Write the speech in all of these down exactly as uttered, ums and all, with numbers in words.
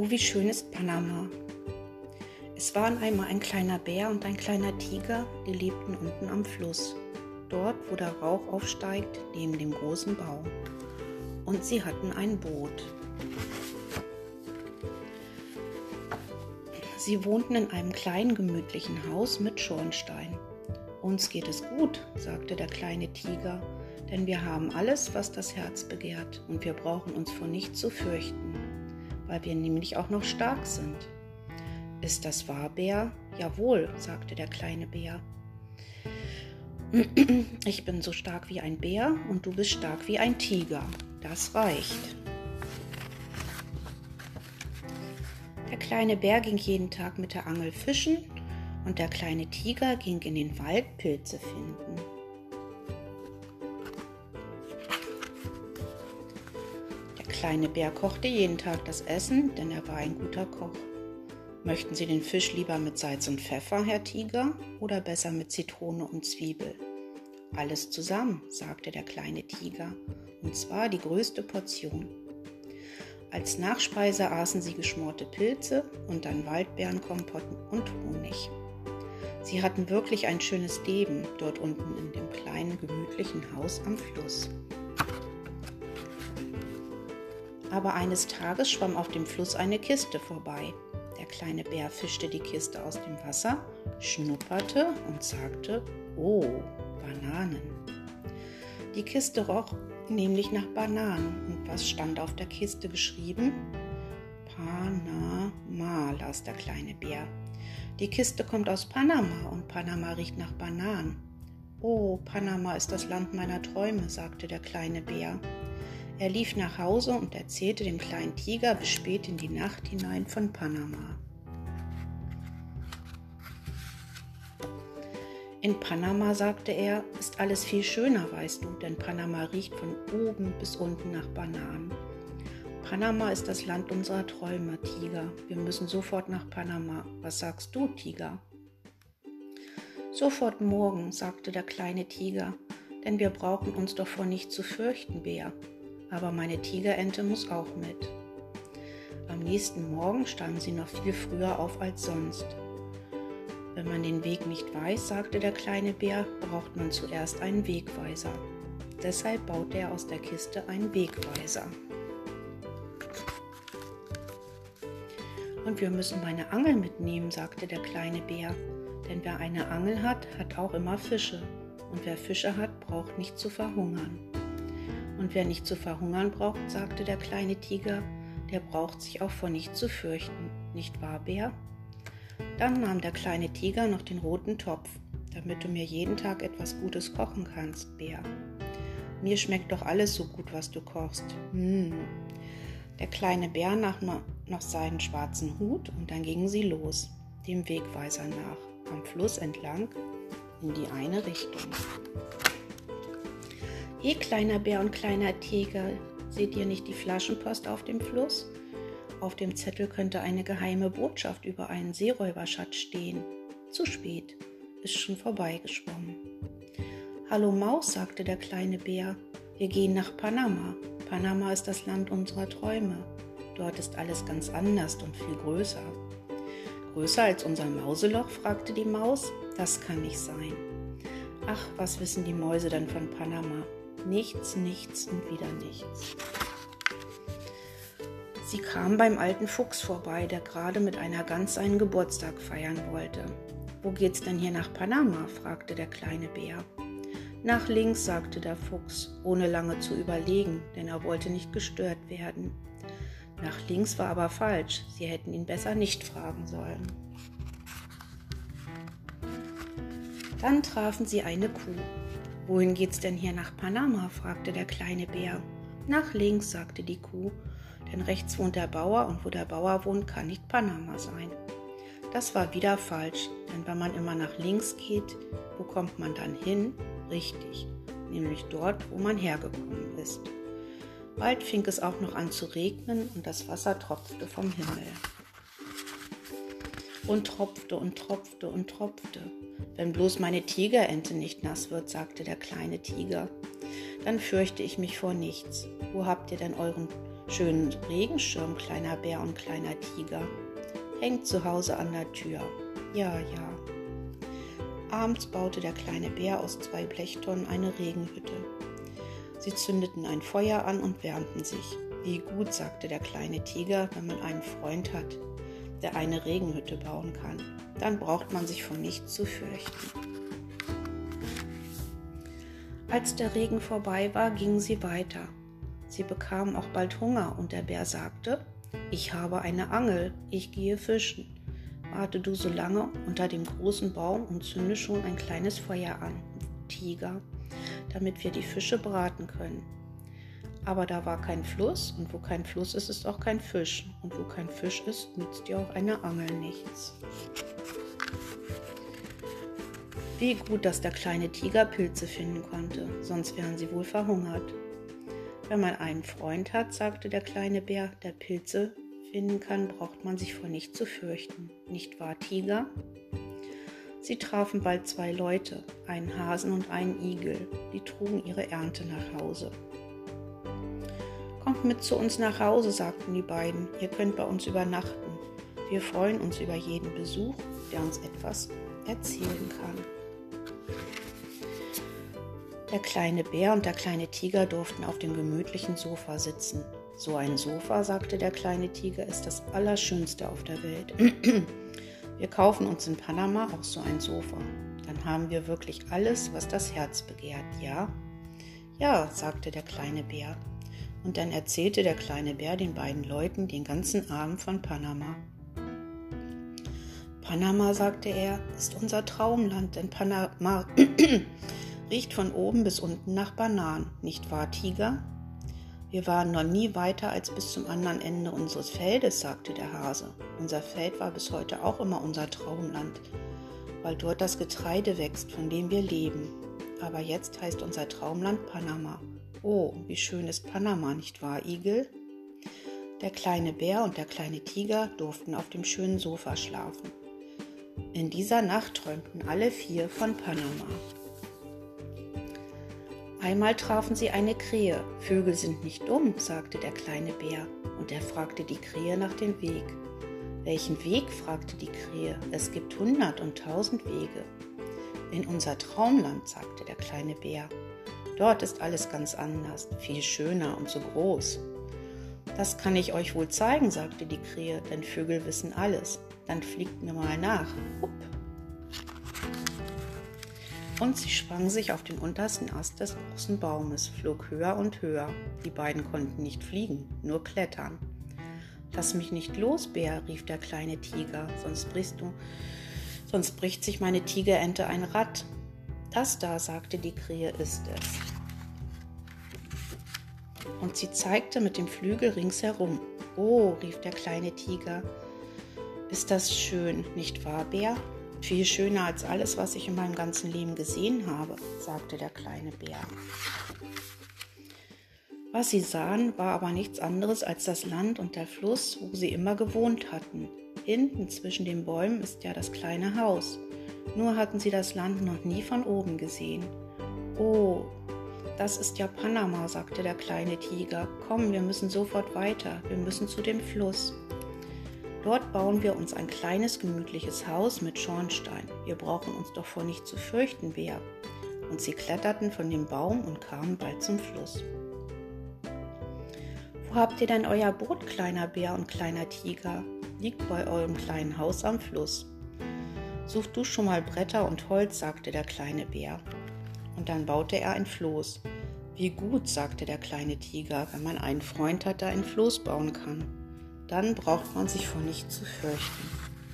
Oh, wie schön ist Panama. Es waren einmal ein kleiner Bär und ein kleiner Tiger, die lebten unten am Fluss, dort, wo der Rauch aufsteigt, neben dem großen Baum. Und sie hatten ein Boot. Sie wohnten in einem kleinen, gemütlichen Haus mit Schornstein. »Uns geht es gut«, sagte der kleine Tiger, »denn wir haben alles, was das Herz begehrt, und wir brauchen uns vor nichts zu fürchten, weil wir nämlich auch noch stark sind.« »Ist das wahr, Bär?« »Jawohl«, sagte der kleine Bär. »Ich bin so stark wie ein Bär und du bist stark wie ein Tiger. Das reicht.« Der kleine Bär ging jeden Tag mit der Angel fischen und der kleine Tiger ging in den Wald Pilze finden. Der kleine Bär kochte jeden Tag das Essen, denn er war ein guter Koch. »Möchten Sie den Fisch lieber mit Salz und Pfeffer, Herr Tiger, oder besser mit Zitrone und Zwiebel?« »Alles zusammen«, sagte der kleine Tiger, und zwar die größte Portion. Als Nachspeise aßen sie geschmorte Pilze und dann Waldbeerenkompott und Honig. Sie hatten wirklich ein schönes Leben dort unten in dem kleinen, gemütlichen Haus am Fluss. Aber eines Tages schwamm auf dem Fluss eine Kiste vorbei. Der kleine Bär fischte die Kiste aus dem Wasser, schnupperte und sagte, »Oh, Bananen.« Die Kiste roch nämlich nach Bananen. Und was stand auf der Kiste geschrieben? Panama, las der kleine Bär. Die Kiste kommt aus Panama und Panama riecht nach Bananen. »Oh, Panama ist das Land meiner Träume«, sagte der kleine Bär. Er lief nach Hause und erzählte dem kleinen Tiger bis spät in die Nacht hinein von Panama. In Panama, sagte er, ist alles viel schöner, weißt du, denn Panama riecht von oben bis unten nach Bananen. Panama ist das Land unserer Träume, Tiger. Wir müssen sofort nach Panama. Was sagst du, Tiger? Sofort morgen, sagte der kleine Tiger, denn wir brauchen uns doch vor nichts zu fürchten, Bär. Aber meine Tigerente muss auch mit. Am nächsten Morgen standen sie noch viel früher auf als sonst. Wenn man den Weg nicht weiß, sagte der kleine Bär, braucht man zuerst einen Wegweiser. Deshalb baute er aus der Kiste einen Wegweiser. Und wir müssen meine Angel mitnehmen, sagte der kleine Bär, denn wer eine Angel hat, hat auch immer Fische. Und wer Fische hat, braucht nicht zu verhungern. Und wer nicht zu verhungern braucht, sagte der kleine Tiger, der braucht sich auch vor nichts zu fürchten. Nicht wahr, Bär? Dann nahm der kleine Tiger noch den roten Topf, damit du mir jeden Tag etwas Gutes kochen kannst, Bär. Mir schmeckt doch alles so gut, was du kochst. Hm. Der kleine Bär nahm noch seinen schwarzen Hut und dann gingen sie los, dem Wegweiser nach, am Fluss entlang, in die eine Richtung. »Hey, kleiner Bär und kleiner Tiger, seht ihr nicht die Flaschenpost auf dem Fluss? Auf dem Zettel könnte eine geheime Botschaft über einen Seeräuberschatz stehen. Zu spät, ist schon vorbeigeschwommen.« »Hallo Maus«, sagte der kleine Bär, »wir gehen nach Panama. Panama ist das Land unserer Träume. Dort ist alles ganz anders und viel größer.« »Größer als unser Mauseloch?«, fragte die Maus. »Das kann nicht sein.« »Ach, was wissen die Mäuse denn von Panama? Nichts, nichts und wieder nichts.« Sie kam beim alten Fuchs vorbei, der gerade mit einer Gans seinen Geburtstag feiern wollte. »Wo geht's denn hier nach Panama?«, fragte der kleine Bär. »Nach links«, sagte der Fuchs, ohne lange zu überlegen, denn er wollte nicht gestört werden. Nach links war aber falsch, sie hätten ihn besser nicht fragen sollen. Dann trafen sie eine Kuh. »Wohin geht's denn hier nach Panama?«, fragte der kleine Bär. »Nach links«, sagte die Kuh, denn rechts wohnt der Bauer und wo der Bauer wohnt, kann nicht Panama sein. Das war wieder falsch, denn wenn man immer nach links geht, wo kommt man dann hin? Richtig, nämlich dort, wo man hergekommen ist. Bald fing es auch noch an zu regnen und das Wasser tropfte vom Himmel. Und tropfte und tropfte und tropfte. »Wenn bloß meine Tigerente nicht nass wird«, sagte der kleine Tiger, »dann fürchte ich mich vor nichts. Wo habt ihr denn euren Schönen Regenschirm, kleiner Bär und kleiner Tiger. Hängt zu Hause an der Tür. Ja, ja. Abends baute der kleine Bär aus zwei Blechtonnen eine Regenhütte. Sie zündeten ein Feuer an und wärmten sich. Wie gut, sagte der kleine Tiger, wenn man einen Freund hat, der eine Regenhütte bauen kann. Dann braucht man sich vor nichts zu fürchten. Als der Regen vorbei war, gingen sie weiter. Sie bekamen auch bald Hunger und der Bär sagte: Ich habe eine Angel, ich gehe fischen. Warte du so lange unter dem großen Baum und zünde schon ein kleines Feuer an, Tiger, damit wir die Fische braten können. Aber da war kein Fluss und wo kein Fluss ist, ist auch kein Fisch. Und wo kein Fisch ist, nützt dir auch eine Angel nichts. Wie gut, dass der kleine Tiger Pilze finden konnte, sonst wären sie wohl verhungert. Wenn man einen Freund hat, sagte der kleine Bär, der Pilze finden kann, braucht man sich vor nichts zu fürchten. Nicht wahr, Tiger? Sie trafen bald zwei Leute, einen Hasen und einen Igel. Die trugen ihre Ernte nach Hause. Kommt mit zu uns nach Hause, sagten die beiden. Ihr könnt bei uns übernachten. Wir freuen uns über jeden Besuch, der uns etwas erzählen kann. Der kleine Bär und der kleine Tiger durften auf dem gemütlichen Sofa sitzen. So ein Sofa, sagte der kleine Tiger, ist das Allerschönste auf der Welt. Wir kaufen uns in Panama auch so ein Sofa. Dann haben wir wirklich alles, was das Herz begehrt, ja? Ja, sagte der kleine Bär. Und dann erzählte der kleine Bär den beiden Leuten den ganzen Abend von Panama. Panama, sagte er, ist unser Traumland, denn Panama riecht von oben bis unten nach Bananen, nicht wahr, Tiger? Wir waren noch nie weiter als bis zum anderen Ende unseres Feldes, sagte der Hase. Unser Feld war bis heute auch immer unser Traumland, weil dort das Getreide wächst, von dem wir leben. Aber jetzt heißt unser Traumland Panama. Oh, wie schön ist Panama, nicht wahr, Igel? Der kleine Bär und der kleine Tiger durften auf dem schönen Sofa schlafen. In dieser Nacht träumten alle vier von Panama. Einmal trafen sie eine Krähe. Vögel sind nicht dumm, sagte der kleine Bär, und er fragte die Krähe nach dem Weg. Welchen Weg, fragte die Krähe. Es gibt hundert und tausend Wege. In unser Traumland, sagte der kleine Bär. Dort ist alles ganz anders, viel schöner und so groß. Das kann ich euch wohl zeigen, sagte die Krähe, denn Vögel wissen alles. Dann fliegt mir mal nach. Hupp. Und sie schwang sich auf den untersten Ast des großen Baumes, flog höher und höher. Die beiden konnten nicht fliegen, nur klettern. Lass mich nicht los, Bär, rief der kleine Tiger, sonst brichst du, sonst bricht sich meine Tigerente ein Rad. Das da, sagte die Krähe, ist es. Und sie zeigte mit dem Flügel ringsherum. Oh, rief der kleine Tiger, ist das schön, nicht wahr, Bär? Viel schöner als alles, was ich in meinem ganzen Leben gesehen habe, sagte der kleine Bär. Was sie sahen, war aber nichts anderes als das Land und der Fluss, wo sie immer gewohnt hatten. Hinten zwischen den Bäumen ist ja das kleine Haus. Nur hatten sie das Land noch nie von oben gesehen. Oh, das ist ja Panama, sagte der kleine Tiger. Komm, wir müssen sofort weiter, wir müssen zu dem Fluss. Dort bauen wir uns ein kleines, gemütliches Haus mit Schornstein. Wir brauchen uns doch vor nichts zu fürchten, Bär. Und sie kletterten von dem Baum und kamen bald zum Fluss. Wo habt ihr denn euer Boot, kleiner Bär und kleiner Tiger? Liegt bei eurem kleinen Haus am Fluss. Such du schon mal Bretter und Holz, sagte der kleine Bär. Und dann baute er ein Floß. Wie gut, sagte der kleine Tiger, wenn man einen Freund hat, der ein Floß bauen kann. Dann braucht man sich vor nichts zu fürchten.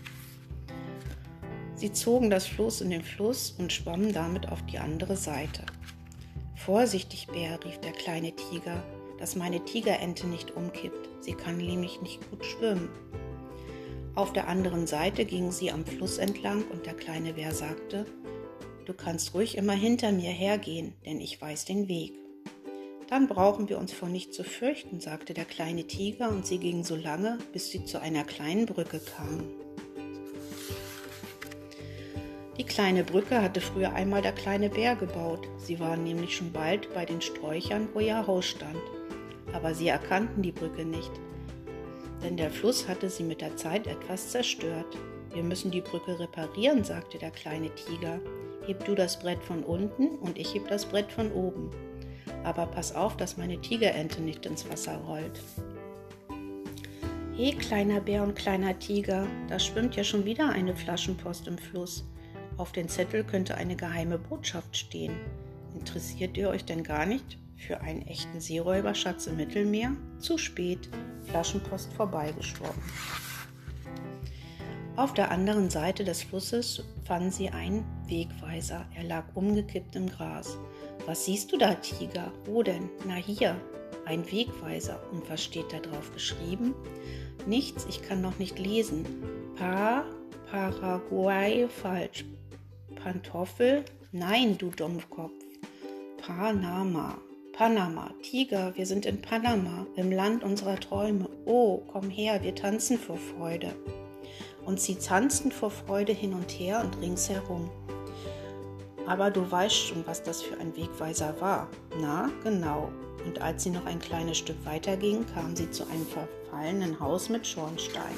Sie zogen das Floß in den Fluss und schwammen damit auf die andere Seite. Vorsichtig, Bär, rief der kleine Tiger, dass meine Tigerente nicht umkippt. Sie kann nämlich nicht gut schwimmen. Auf der anderen Seite gingen sie am Fluss entlang und der kleine Bär sagte, du kannst ruhig immer hinter mir hergehen, denn ich weiß den Weg. Dann brauchen wir uns vor nichts zu fürchten, sagte der kleine Tiger, und sie gingen so lange, bis sie zu einer kleinen Brücke kamen. Die kleine Brücke hatte früher einmal der kleine Bär gebaut. Sie waren nämlich schon bald bei den Sträuchern, wo ihr Haus stand. aber sie erkannten die Brücke nicht, denn der Fluss hatte sie mit der Zeit etwas zerstört. Wir müssen die Brücke reparieren, sagte der kleine Tiger. Heb du das Brett von unten und ich heb das Brett von oben. Aber pass auf, dass meine Tigerente nicht ins Wasser rollt. Hey, kleiner Bär und kleiner Tiger, da schwimmt ja schon wieder eine Flaschenpost im Fluss. Auf den Zettel könnte eine geheime Botschaft stehen. Interessiert ihr euch denn gar nicht für einen echten Seeräuberschatz im Mittelmeer? Zu spät, Flaschenpost vorbeigeschwommen. Auf der anderen Seite des Flusses fanden sie einen Wegweiser. Er lag umgekippt im Gras. Was siehst du da, Tiger? Wo denn? Na hier, ein Wegweiser. Und was steht da drauf geschrieben? Nichts, ich kann noch nicht lesen. Pa, Paraguay, falsch. Pantoffel? Nein, du Dummkopf. Panama. Panama. Tiger, wir sind in Panama, im Land unserer Träume. Oh, komm her, wir tanzen vor Freude. Und sie tanzten vor Freude hin und her und ringsherum. Aber du weißt schon, was das für ein Wegweiser war. Na, genau. Und als sie noch ein kleines Stück weiter gingen, kamen sie zu einem verfallenen Haus mit Schornstein.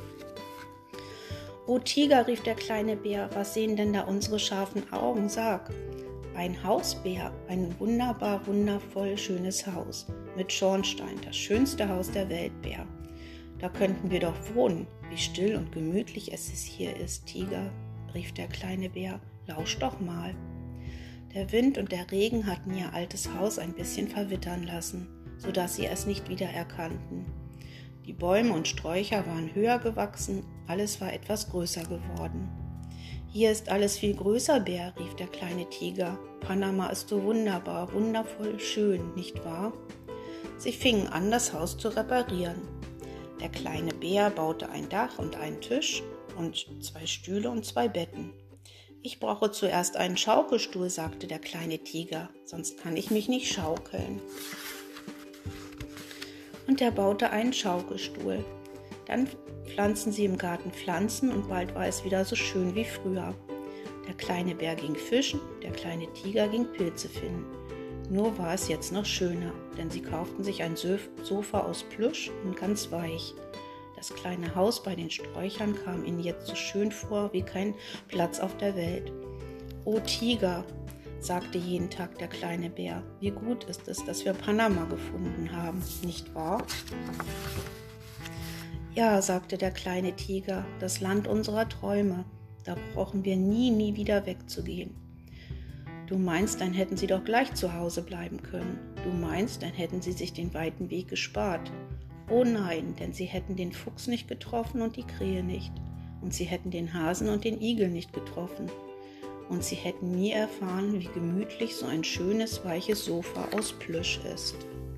»O Tiger«, rief der kleine Bär, »was sehen denn da unsere scharfen Augen? Sag!« »Ein Hausbär, ein wunderbar, wundervoll schönes Haus mit Schornstein, das schönste Haus der Welt, Bär. Da könnten wir doch wohnen. Wie still und gemütlich es hier ist, Tiger«, rief der kleine Bär, »lausch doch mal.« Der Wind und der Regen hatten ihr altes Haus ein bisschen verwittern lassen, sodass sie es nicht wieder erkannten. Die Bäume und Sträucher waren höher gewachsen, alles war etwas größer geworden. »Hier ist alles viel größer, Bär«, rief der kleine Tiger. »Panama ist so wunderbar, wundervoll schön, nicht wahr?« Sie fingen an, das Haus zu reparieren. Der kleine Bär baute ein Dach und einen Tisch und zwei Stühle und zwei Betten. »Ich brauche zuerst einen Schaukelstuhl«, sagte der kleine Tiger, »sonst kann ich mich nicht schaukeln.« Und er baute einen Schaukelstuhl. Dann pflanzten sie im Garten Pflanzen und bald war es wieder so schön wie früher. Der kleine Bär ging fischen, der kleine Tiger ging Pilze finden. Nur war es jetzt noch schöner, denn sie kauften sich ein Sofa aus Plüsch und ganz weich. Das kleine Haus bei den Sträuchern kam ihnen jetzt so schön vor wie kein Platz auf der Welt. »O Tiger«, sagte jeden Tag der kleine Bär, »wie gut ist es, dass wir Panama gefunden haben, nicht wahr?« »Ja«, sagte der kleine Tiger, »das Land unserer Träume, da brauchen wir nie, nie wieder wegzugehen.« »Du meinst, dann hätten sie doch gleich zu Hause bleiben können. Du meinst, dann hätten sie sich den weiten Weg gespart. Oh nein, denn sie hätten den Fuchs nicht getroffen und die Krähe nicht. Und sie hätten den Hasen und den Igel nicht getroffen. Und sie hätten nie erfahren, wie gemütlich so ein schönes, weiches Sofa aus Plüsch ist.«